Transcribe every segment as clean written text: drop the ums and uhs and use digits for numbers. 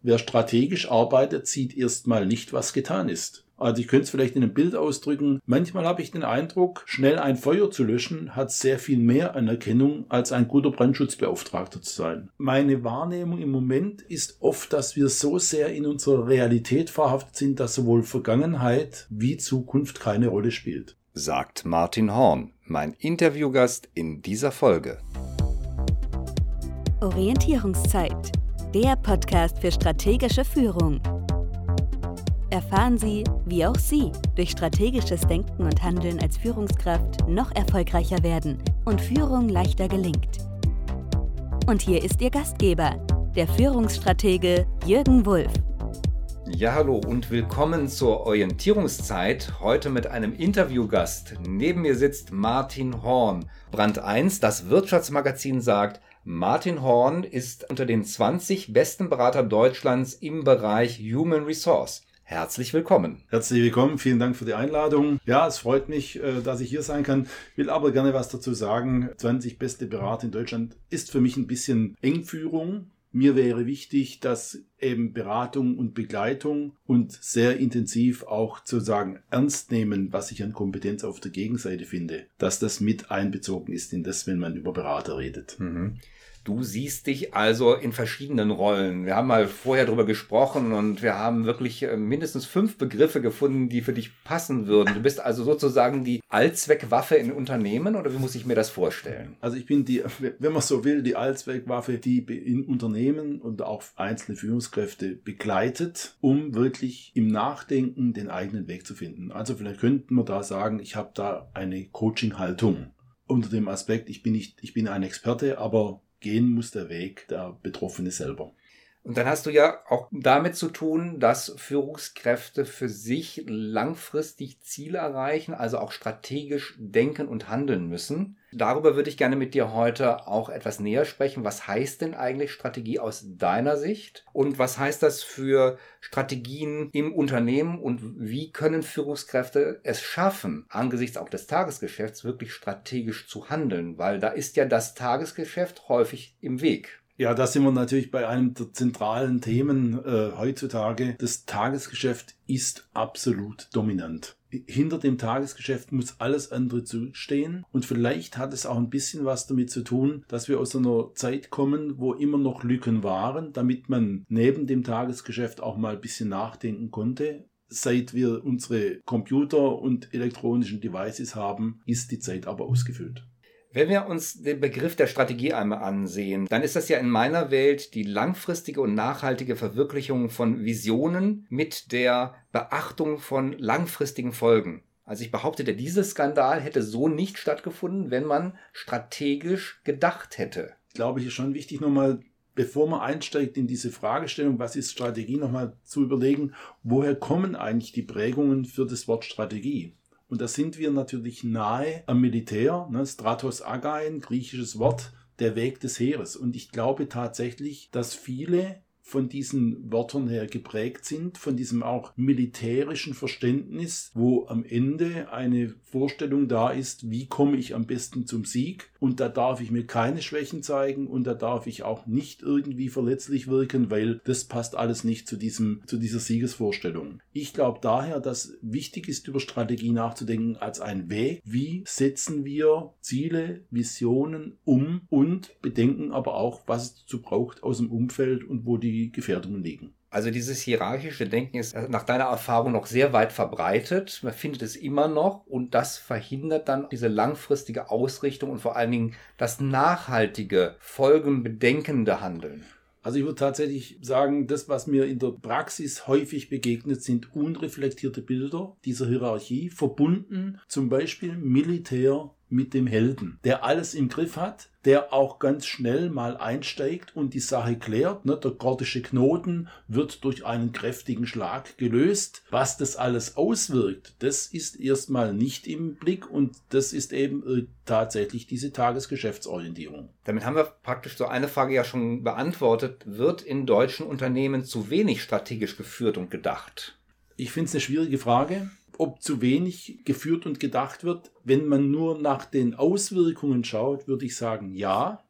wer strategisch arbeitet, sieht erstmal nicht, was getan ist. Also ich könnte es vielleicht in einem Bild ausdrücken. Manchmal habe ich den Eindruck, schnell ein Feuer zu löschen, hat sehr viel mehr Anerkennung, als ein guter Brandschutzbeauftragter zu sein. Meine Wahrnehmung im Moment ist oft, dass wir so sehr in unserer Realität verhaftet sind, dass sowohl Vergangenheit wie Zukunft keine Rolle spielt. Sagt Martin Horn, mein Interviewgast in dieser Folge. Orientierungszeit, der Podcast für strategische Führung. Erfahren Sie, wie auch Sie durch strategisches Denken und Handeln als Führungskraft noch erfolgreicher werden und Führung leichter gelingt. Und hier ist Ihr Gastgeber, der Führungsstratege Jürgen Wulff. Ja, hallo und willkommen zur Orientierungszeit. Heute mit einem Interviewgast. Neben mir sitzt Martin Horn. Brand 1, das Wirtschaftsmagazin sagt, Martin Horn ist unter den 20 besten Beratern Deutschlands im Bereich Human Resource. Herzlich willkommen. Herzlich willkommen, vielen Dank für die Einladung. Ja, es freut mich, dass ich hier sein kann. Will aber gerne was dazu sagen. 20 beste Berater in Deutschland ist für mich ein bisschen Engführung. Mir wäre wichtig, dass eben Beratung und Begleitung und sehr intensiv auch zu sagen ernst nehmen, was ich an Kompetenz auf der Gegenseite finde, dass das mit einbezogen ist in das, wenn man über Berater redet. Du siehst dich also in verschiedenen Rollen. Wir haben mal vorher drüber gesprochen und wir haben wirklich mindestens 5 Begriffe gefunden, die für dich passen würden. Du bist also sozusagen die Allzweckwaffe in Unternehmen oder wie muss ich mir das vorstellen? Also ich bin die, wenn man so will, die Allzweckwaffe, die in Unternehmen und auch einzelne Führungskräfte begleitet, um wirklich im Nachdenken den eigenen Weg zu finden. Also vielleicht könnten wir da sagen, ich habe da eine Coaching-Haltung unter dem Aspekt, ich bin ein Experte, aber gehen muss der Weg der Betroffene selber. Und dann hast du ja auch damit zu tun, dass Führungskräfte für sich langfristig Ziele erreichen, also auch strategisch denken und handeln müssen. Darüber würde ich gerne mit dir heute auch etwas näher sprechen. Was heißt denn eigentlich Strategie aus deiner Sicht? Und was heißt das für Strategien im Unternehmen? Und wie können Führungskräfte es schaffen, angesichts auch des Tagesgeschäfts wirklich strategisch zu handeln? Weil da ist ja das Tagesgeschäft häufig im Weg. Ja, da sind wir natürlich bei einem der zentralen Themen heutzutage. Das Tagesgeschäft ist absolut dominant. Hinter dem Tagesgeschäft muss alles andere zustehen und vielleicht hat es auch ein bisschen was damit zu tun, dass wir aus einer Zeit kommen, wo immer noch Lücken waren, damit man neben dem Tagesgeschäft auch mal ein bisschen nachdenken konnte. Seit wir unsere Computer und elektronischen Devices haben, ist die Zeit aber ausgefüllt. Wenn wir uns den Begriff der Strategie einmal ansehen, dann ist das ja in meiner Welt die langfristige und nachhaltige Verwirklichung von Visionen mit der Beachtung von langfristigen Folgen. Also ich behaupte, dieser Skandal hätte so nicht stattgefunden, wenn man strategisch gedacht hätte. Ich glaube, hier ist schon wichtig nochmal, bevor man einsteigt in diese Fragestellung, was ist Strategie, nochmal zu überlegen, woher kommen eigentlich die Prägungen für das Wort Strategie? Und da sind wir natürlich nahe am Militär, Stratos Agein, griechisches Wort, der Weg des Heeres. Und ich glaube tatsächlich, dass viele von diesen Wörtern her geprägt sind, von diesem auch militärischen Verständnis, wo am Ende eine Vorstellung da ist, wie komme ich am besten zum Sieg. Und da darf ich mir keine Schwächen zeigen und da darf ich auch nicht irgendwie verletzlich wirken, weil das passt alles nicht zu dieser Siegesvorstellung. Ich glaube daher, dass wichtig ist, über Strategie nachzudenken als ein Weg. Wie setzen wir Ziele, Visionen um und bedenken aber auch, was es dazu braucht aus dem Umfeld und wo die Gefährdungen liegen. Also dieses hierarchische Denken ist nach deiner Erfahrung noch sehr weit verbreitet. Man findet es immer noch und das verhindert dann diese langfristige Ausrichtung und vor allen Dingen das nachhaltige, folgenbedenkende Handeln. Also ich würde tatsächlich sagen, das, was mir in der Praxis häufig begegnet, sind unreflektierte Bilder dieser Hierarchie, verbunden zum Beispiel Militär mit dem Helden, der alles im Griff hat, der auch ganz schnell mal einsteigt und die Sache klärt. Der gordische Knoten wird durch einen kräftigen Schlag gelöst. Was das alles auswirkt, das ist erstmal nicht im Blick und das ist eben tatsächlich diese Tagesgeschäftsorientierung. Damit haben wir praktisch so eine Frage ja schon beantwortet. Wird in deutschen Unternehmen zu wenig strategisch geführt und gedacht? Ich finde es eine schwierige Frage. Ob zu wenig geführt und gedacht wird, wenn man nur nach den Auswirkungen schaut, würde ich sagen, ja.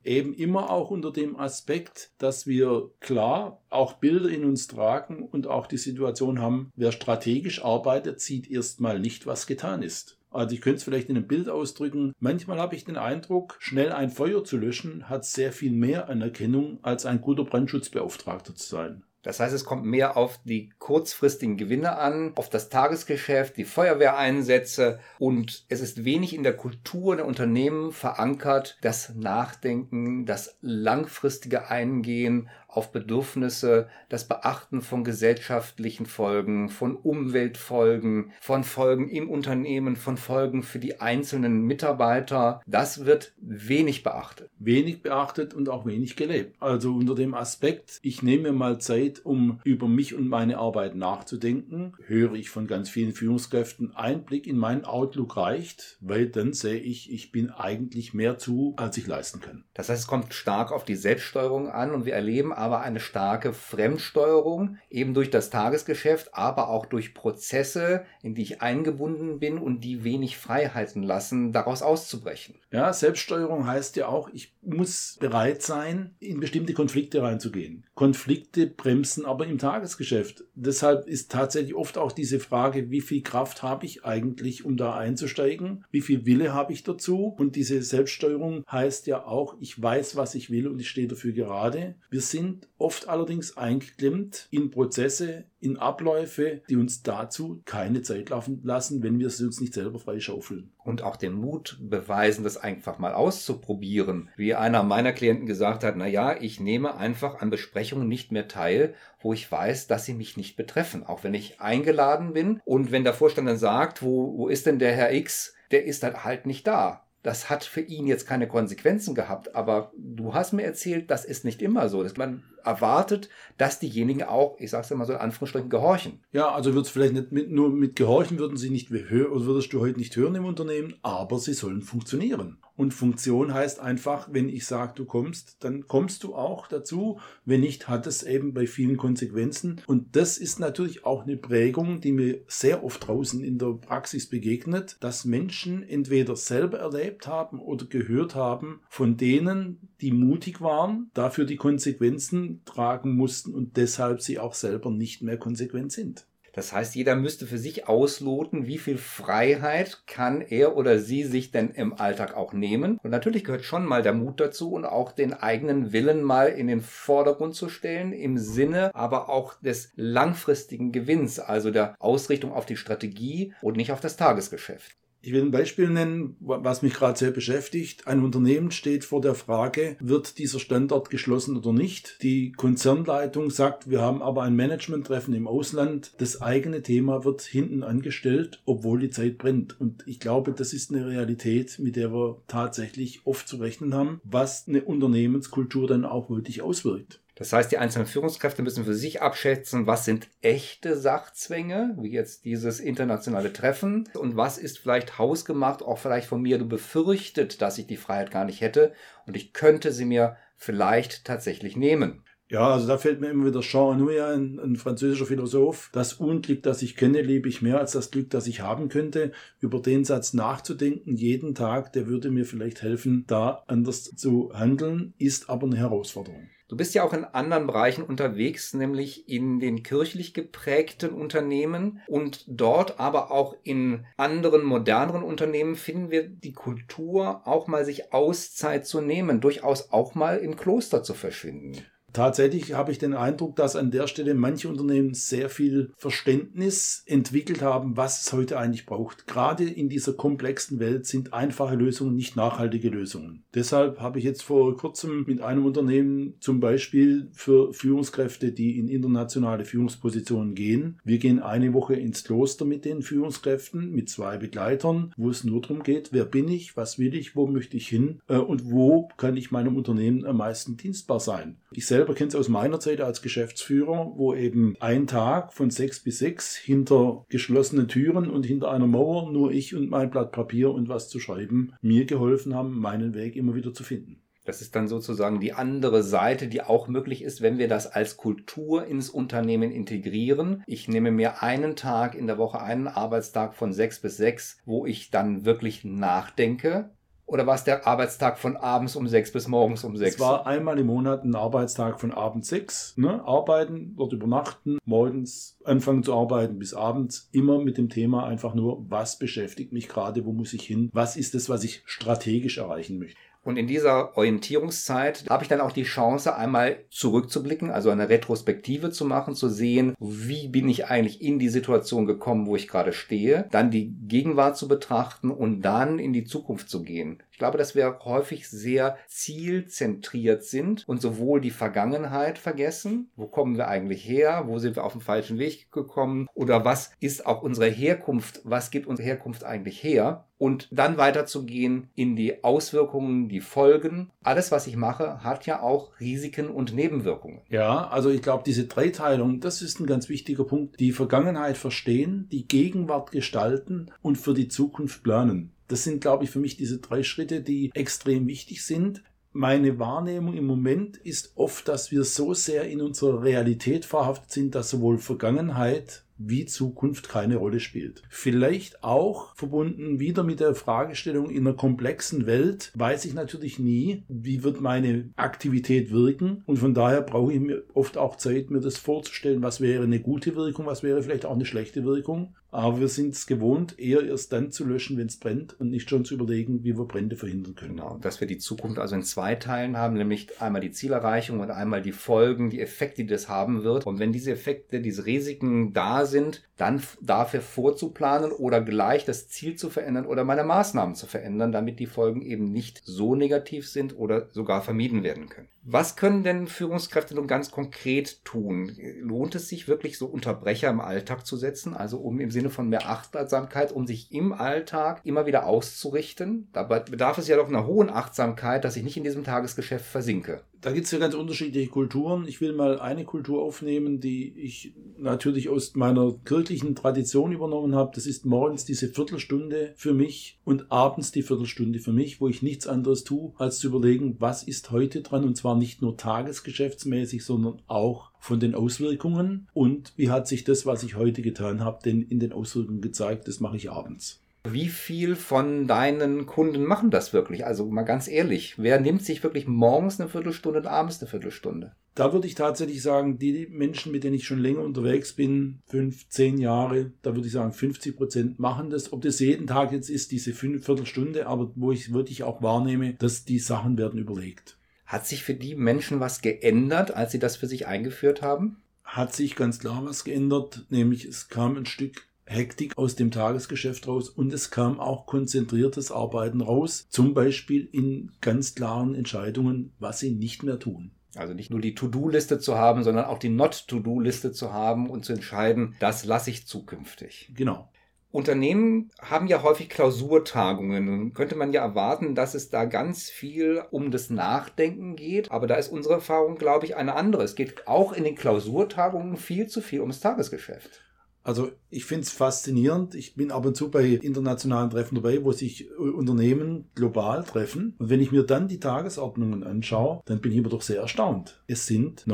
Eben immer auch unter dem Aspekt, dass wir klar auch Bilder in uns tragen und auch die Situation haben, wer strategisch arbeitet, sieht erstmal nicht, was getan ist. Also ich könnte es vielleicht in einem Bild ausdrücken. Manchmal habe ich den Eindruck, schnell ein Feuer zu löschen, hat sehr viel mehr Anerkennung, als ein guter Brandschutzbeauftragter zu sein. Das heißt, es kommt mehr auf die kurzfristigen Gewinne an, auf das Tagesgeschäft, die Feuerwehreinsätze, und es ist wenig in der Kultur der Unternehmen verankert, das Nachdenken, das langfristige Eingehen auf Bedürfnisse, das Beachten von gesellschaftlichen Folgen, von Umweltfolgen, von Folgen im Unternehmen, von Folgen für die einzelnen Mitarbeiter. Das wird wenig beachtet. Wenig beachtet und auch wenig gelebt. Also unter dem Aspekt, ich nehme mir mal Zeit, um über mich und meine Arbeit nachzudenken, höre ich von ganz vielen Führungskräften, ein Blick in meinen Outlook reicht, weil dann sehe ich bin eigentlich mehr zu, als ich leisten kann. Das heißt, es kommt stark auf die Selbststeuerung an und wir erleben aber eine starke Fremdsteuerung, eben durch das Tagesgeschäft, aber auch durch Prozesse, in die ich eingebunden bin und die wenig Freiheiten lassen, daraus auszubrechen. Ja, Selbststeuerung heißt ja auch, ich muss bereit sein, in bestimmte Konflikte reinzugehen. Konflikte bremsen aber im Tagesgeschäft. Deshalb ist tatsächlich oft auch diese Frage, wie viel Kraft habe ich eigentlich, um da einzusteigen? Wie viel Wille habe ich dazu? Und diese Selbststeuerung heißt ja auch, ich weiß, was ich will und ich stehe dafür gerade. Wir sind oft allerdings eingeklemmt in Prozesse, in Abläufe, die uns dazu keine Zeit lassen, wenn wir es uns nicht selber freischaufeln. Und auch den Mut beweisen, das einfach mal auszuprobieren. Wie einer meiner Klienten gesagt hat, ich nehme einfach an Besprechungen nicht mehr teil, wo ich weiß, dass sie mich nicht betreffen. Auch wenn ich eingeladen bin und wenn der Vorstand dann sagt, wo ist denn der Herr X, der ist dann halt nicht da. Das hat für ihn jetzt keine Konsequenzen gehabt, aber du hast mir erzählt, das ist nicht immer so. Dass man erwartet, dass diejenigen auch, ich sage es immer so in Anführungsstrichen, gehorchen. Ja, also wird es vielleicht nicht nur mit Gehorchen würden sie nicht hören, oder würdest du heute nicht hören im Unternehmen, aber sie sollen funktionieren. Und Funktion heißt einfach, wenn ich sage, du kommst, dann kommst du auch dazu. Wenn nicht, hat es eben bei vielen Konsequenzen. Und das ist natürlich auch eine Prägung, die mir sehr oft draußen in der Praxis begegnet, dass Menschen entweder selber erlebt haben oder gehört haben von denen, die mutig waren, dafür die Konsequenzen tragen mussten und deshalb sie auch selber nicht mehr konsequent sind. Das heißt, jeder müsste für sich ausloten, wie viel Freiheit kann er oder sie sich denn im Alltag auch nehmen. Und natürlich gehört schon mal der Mut dazu und auch den eigenen Willen mal in den Vordergrund zu stellen, im Sinne aber auch des langfristigen Gewinns, also der Ausrichtung auf die Strategie und nicht auf das Tagesgeschäft. Ich will ein Beispiel nennen, was mich gerade sehr beschäftigt. Ein Unternehmen steht vor der Frage, wird dieser Standort geschlossen oder nicht? Die Konzernleitung sagt, wir haben aber ein Managementtreffen im Ausland. Das eigene Thema wird hinten angestellt, obwohl die Zeit brennt. Und ich glaube, das ist eine Realität, mit der wir tatsächlich oft zu rechnen haben, was eine Unternehmenskultur dann auch wirklich auswirkt. Das heißt, die einzelnen Führungskräfte müssen für sich abschätzen, was sind echte Sachzwänge, wie jetzt dieses internationale Treffen, und was ist vielleicht hausgemacht, auch vielleicht von mir befürchtet, dass ich die Freiheit gar nicht hätte und ich könnte sie mir vielleicht tatsächlich nehmen. Ja, also da fällt mir immer wieder Jean Anouilh ein, ein französischer Philosoph. Das Unglück, das ich kenne, liebe ich mehr als das Glück, das ich haben könnte. Über den Satz nachzudenken, jeden Tag, der würde mir vielleicht helfen, da anders zu handeln, ist aber eine Herausforderung. Du bist ja auch in anderen Bereichen unterwegs, nämlich in den kirchlich geprägten Unternehmen, und dort aber auch in anderen, moderneren Unternehmen finden wir die Kultur, auch mal sich Auszeit zu nehmen, durchaus auch mal im Kloster zu verschwinden. Tatsächlich habe ich den Eindruck, dass an der Stelle manche Unternehmen sehr viel Verständnis entwickelt haben, was es heute eigentlich braucht. Gerade in dieser komplexen Welt sind einfache Lösungen nicht nachhaltige Lösungen. Deshalb habe ich jetzt vor kurzem mit einem Unternehmen zum Beispiel für Führungskräfte, die in internationale Führungspositionen gehen. Wir gehen eine Woche ins Kloster mit den Führungskräften, mit 2 Begleitern, wo es nur darum geht, wer bin ich, was will ich, wo möchte ich hin und wo kann ich meinem Unternehmen am meisten dienstbar sein. Ich selber kenne es aus meiner Zeit als Geschäftsführer, wo eben ein Tag von 6 bis 6 hinter geschlossenen Türen und hinter einer Mauer nur ich und mein Blatt Papier und was zu schreiben mir geholfen haben, meinen Weg immer wieder zu finden. Das ist dann sozusagen die andere Seite, die auch möglich ist, wenn wir das als Kultur ins Unternehmen integrieren. Ich nehme mir einen Tag in der Woche, einen Arbeitstag von 6 bis 6, wo ich dann wirklich nachdenke, Oder war es der Arbeitstag von abends um 6 bis morgens um 6? Es war einmal im Monat ein Arbeitstag von abends 6. Arbeiten, dort übernachten, morgens anfangen zu arbeiten bis abends. Immer mit dem Thema einfach nur, was beschäftigt mich gerade, wo muss ich hin, was ist es, was ich strategisch erreichen möchte. Und in dieser Orientierungszeit habe ich dann auch die Chance, einmal zurückzublicken, also eine Retrospektive zu machen, zu sehen, wie bin ich eigentlich in die Situation gekommen, wo ich gerade stehe, dann die Gegenwart zu betrachten und dann in die Zukunft zu gehen. Ich glaube, dass wir häufig sehr zielzentriert sind und sowohl die Vergangenheit vergessen, wo kommen wir eigentlich her, wo sind wir auf dem falschen Weg gekommen oder was ist auch unsere Herkunft, was gibt unsere Herkunft eigentlich her und dann weiterzugehen in die Auswirkungen, die Folgen. Alles, was ich mache, hat ja auch Risiken und Nebenwirkungen. Ja, also ich glaube, diese Dreiteilung, das ist ein ganz wichtiger Punkt. Die Vergangenheit verstehen, die Gegenwart gestalten und für die Zukunft planen. Das sind, glaube ich, für mich diese 3 Schritte, die extrem wichtig sind. Meine Wahrnehmung im Moment ist oft, dass wir so sehr in unserer Realität verhaftet sind, dass sowohl Vergangenheit wie Zukunft keine Rolle spielt. Vielleicht auch verbunden wieder mit der Fragestellung in einer komplexen Welt, weiß ich natürlich nie, wie wird meine Aktivität wirken und von daher brauche ich mir oft auch Zeit, mir das vorzustellen, was wäre eine gute Wirkung, was wäre vielleicht auch eine schlechte Wirkung. Aber wir sind es gewohnt, eher erst dann zu löschen, wenn es brennt und nicht schon zu überlegen, wie wir Brände verhindern können. Genau, dass wir die Zukunft also in 2 Teilen haben, nämlich einmal die Zielerreichung und einmal die Folgen, die Effekte, die das haben wird. Und wenn diese Effekte, diese Risiken da sind, dann dafür vorzuplanen oder gleich das Ziel zu verändern oder meine Maßnahmen zu verändern, damit die Folgen eben nicht so negativ sind oder sogar vermieden werden können. Was können denn Führungskräfte nun ganz konkret tun? Lohnt es sich wirklich so Unterbrecher im Alltag zu setzen, also um im Sinne von mehr Achtsamkeit, um sich im Alltag immer wieder auszurichten? Dabei bedarf es ja doch einer hohen Achtsamkeit, dass ich nicht in diesem Tagesgeschäft versinke. Da gibt es ja ganz unterschiedliche Kulturen. Ich will mal eine Kultur aufnehmen, die ich natürlich aus meiner kirchlichen Tradition übernommen habe. Das ist morgens diese Viertelstunde für mich und abends die Viertelstunde für mich, wo ich nichts anderes tue, als zu überlegen, was ist heute dran, und zwar nicht nur tagesgeschäftsmäßig, sondern auch von den Auswirkungen und wie hat sich das, was ich heute getan habe, denn in den Auswirkungen gezeigt. Das mache ich abends. Wie viel von deinen Kunden machen das wirklich? Also mal ganz ehrlich, wer nimmt sich wirklich morgens eine Viertelstunde und abends eine Viertelstunde? Da würde ich tatsächlich sagen, die Menschen, mit denen ich schon länger unterwegs bin, 5, 10 Jahre, da würde ich sagen 50% machen das. Ob das jeden Tag jetzt ist, diese Viertelstunde, aber wo ich wirklich auch wahrnehme, dass die Sachen werden überlegt. Hat sich für die Menschen was geändert, als sie das für sich eingeführt haben? Hat sich ganz klar was geändert, nämlich es kam ein Stück Hektik aus dem Tagesgeschäft raus und es kam auch konzentriertes Arbeiten raus, zum Beispiel in ganz klaren Entscheidungen, was sie nicht mehr tun. Also nicht nur die To-Do-Liste zu haben, sondern auch die Not-To-Do-Liste zu haben und zu entscheiden, das lasse ich zukünftig. Genau. Unternehmen haben ja häufig Klausurtagungen. Nun könnte man ja erwarten, dass es da ganz viel um das Nachdenken geht. Aber da ist unsere Erfahrung, glaube ich, eine andere. Es geht auch in den Klausurtagungen viel zu viel ums Tagesgeschäft. Also ich finde es faszinierend. Ich bin ab und zu bei internationalen Treffen dabei, wo sich Unternehmen global treffen. Und wenn ich mir dann die Tagesordnungen anschaue, dann bin ich aber doch sehr erstaunt. Es sind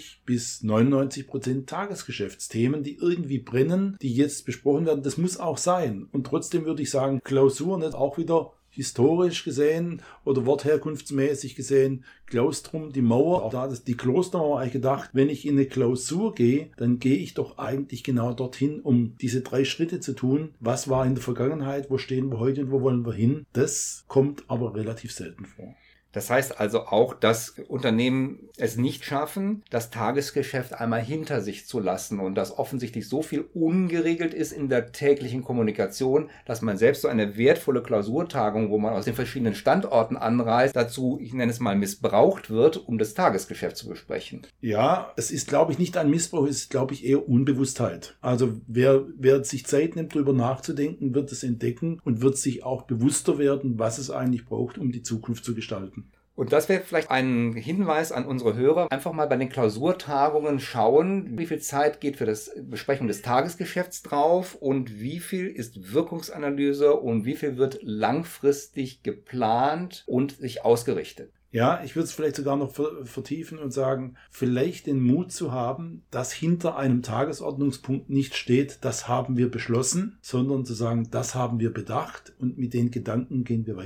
90-99% Tagesgeschäftsthemen, die irgendwie brennen, die jetzt besprochen werden. Das muss auch sein. Und trotzdem würde ich sagen, Klausuren ist auch wieder historisch gesehen oder wortherkunftsmäßig gesehen, Claustrum, die Mauer, auch da ist die Klostermauer eigentlich gedacht, wenn ich in eine Klausur gehe, dann gehe ich doch eigentlich genau dorthin, um diese 3 Schritte zu tun. Was war in der Vergangenheit, wo stehen wir heute und wo wollen wir hin? Das kommt aber relativ selten vor. Das heißt also auch, dass Unternehmen es nicht schaffen, das Tagesgeschäft einmal hinter sich zu lassen und dass offensichtlich so viel ungeregelt ist in der täglichen Kommunikation, dass man selbst so eine wertvolle Klausurtagung, wo man aus den verschiedenen Standorten anreist, dazu, ich nenne es mal, missbraucht wird, um das Tagesgeschäft zu besprechen. Ja, es ist, glaube ich, nicht ein Missbrauch, es ist, glaube ich, eher Unbewusstheit. Also wer sich Zeit nimmt, darüber nachzudenken, wird es entdecken und wird sich auch bewusster werden, was es eigentlich braucht, um die Zukunft zu gestalten. Und das wäre vielleicht ein Hinweis an unsere Hörer. Einfach mal bei den Klausurtagungen schauen, wie viel Zeit geht für das Besprechung des Tagesgeschäfts drauf und wie viel ist Wirkungsanalyse und wie viel wird langfristig geplant und sich ausgerichtet. Ja, ich würde es vielleicht sogar noch vertiefen und sagen, vielleicht den Mut zu haben, dass hinter einem Tagesordnungspunkt nicht steht, das haben wir beschlossen, sondern zu sagen, das haben wir bedacht und mit den Gedanken gehen wir weiter.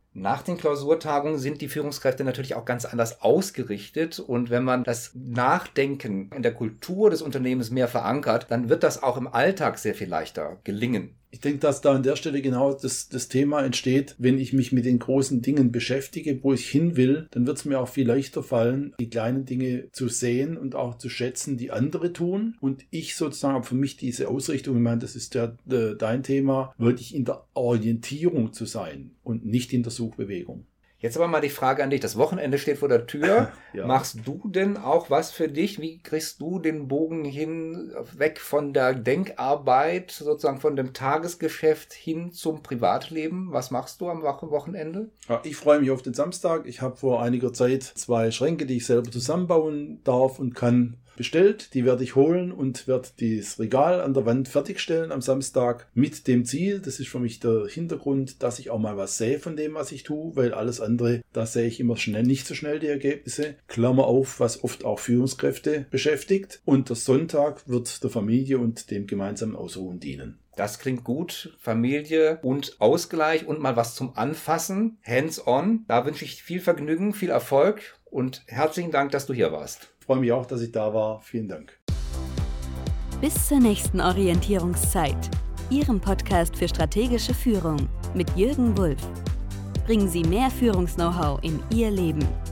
Nach den Klausurtagungen sind die Führungskräfte natürlich auch ganz anders ausgerichtet. Und wenn man das Nachdenken in der Kultur des Unternehmens mehr verankert, dann wird das auch im Alltag sehr viel leichter gelingen. Ich denke, dass da an der Stelle genau das Thema entsteht, wenn ich mich mit den großen Dingen beschäftige, wo ich hin will, dann wird es mir auch viel leichter fallen, die kleinen Dinge zu sehen und auch zu schätzen, die andere tun. Und ich sozusagen für mich diese Ausrichtung, ich meine, das ist ja dein Thema, wirklich in der Orientierung zu sein und nicht in der Suchbewegung. Jetzt aber mal die Frage an dich. Das Wochenende steht vor der Tür. Ja. Machst du denn auch was für dich? Wie kriegst du den Bogen hin, weg von der Denkarbeit, sozusagen von dem Tagesgeschäft hin zum Privatleben? Was machst du am Wochenende? Ja, ich freue mich auf den Samstag. Ich habe vor einiger Zeit 2 Schränke, die ich selber zusammenbauen darf und kann, bestellt. Die werde ich holen und werde das Regal an der Wand fertigstellen am Samstag mit dem Ziel, das ist für mich der Hintergrund, dass ich auch mal was sehe von dem, was ich tue, weil alles andere, da sehe ich immer nicht so schnell die Ergebnisse. Klammer auf, was oft auch Führungskräfte beschäftigt. Und der Sonntag wird der Familie und dem gemeinsamen Ausruhen dienen. Das klingt gut. Familie und Ausgleich und mal was zum Anfassen. Hands-on. Da wünsche ich viel Vergnügen, viel Erfolg und herzlichen Dank, dass du hier warst. Ich freue mich auch, dass ich da war. Vielen Dank. Bis zur nächsten Orientierungszeit. Ihrem Podcast für strategische Führung mit Jürgen Wulff. Bringen Sie mehr Führungs-Know-how in Ihr Leben.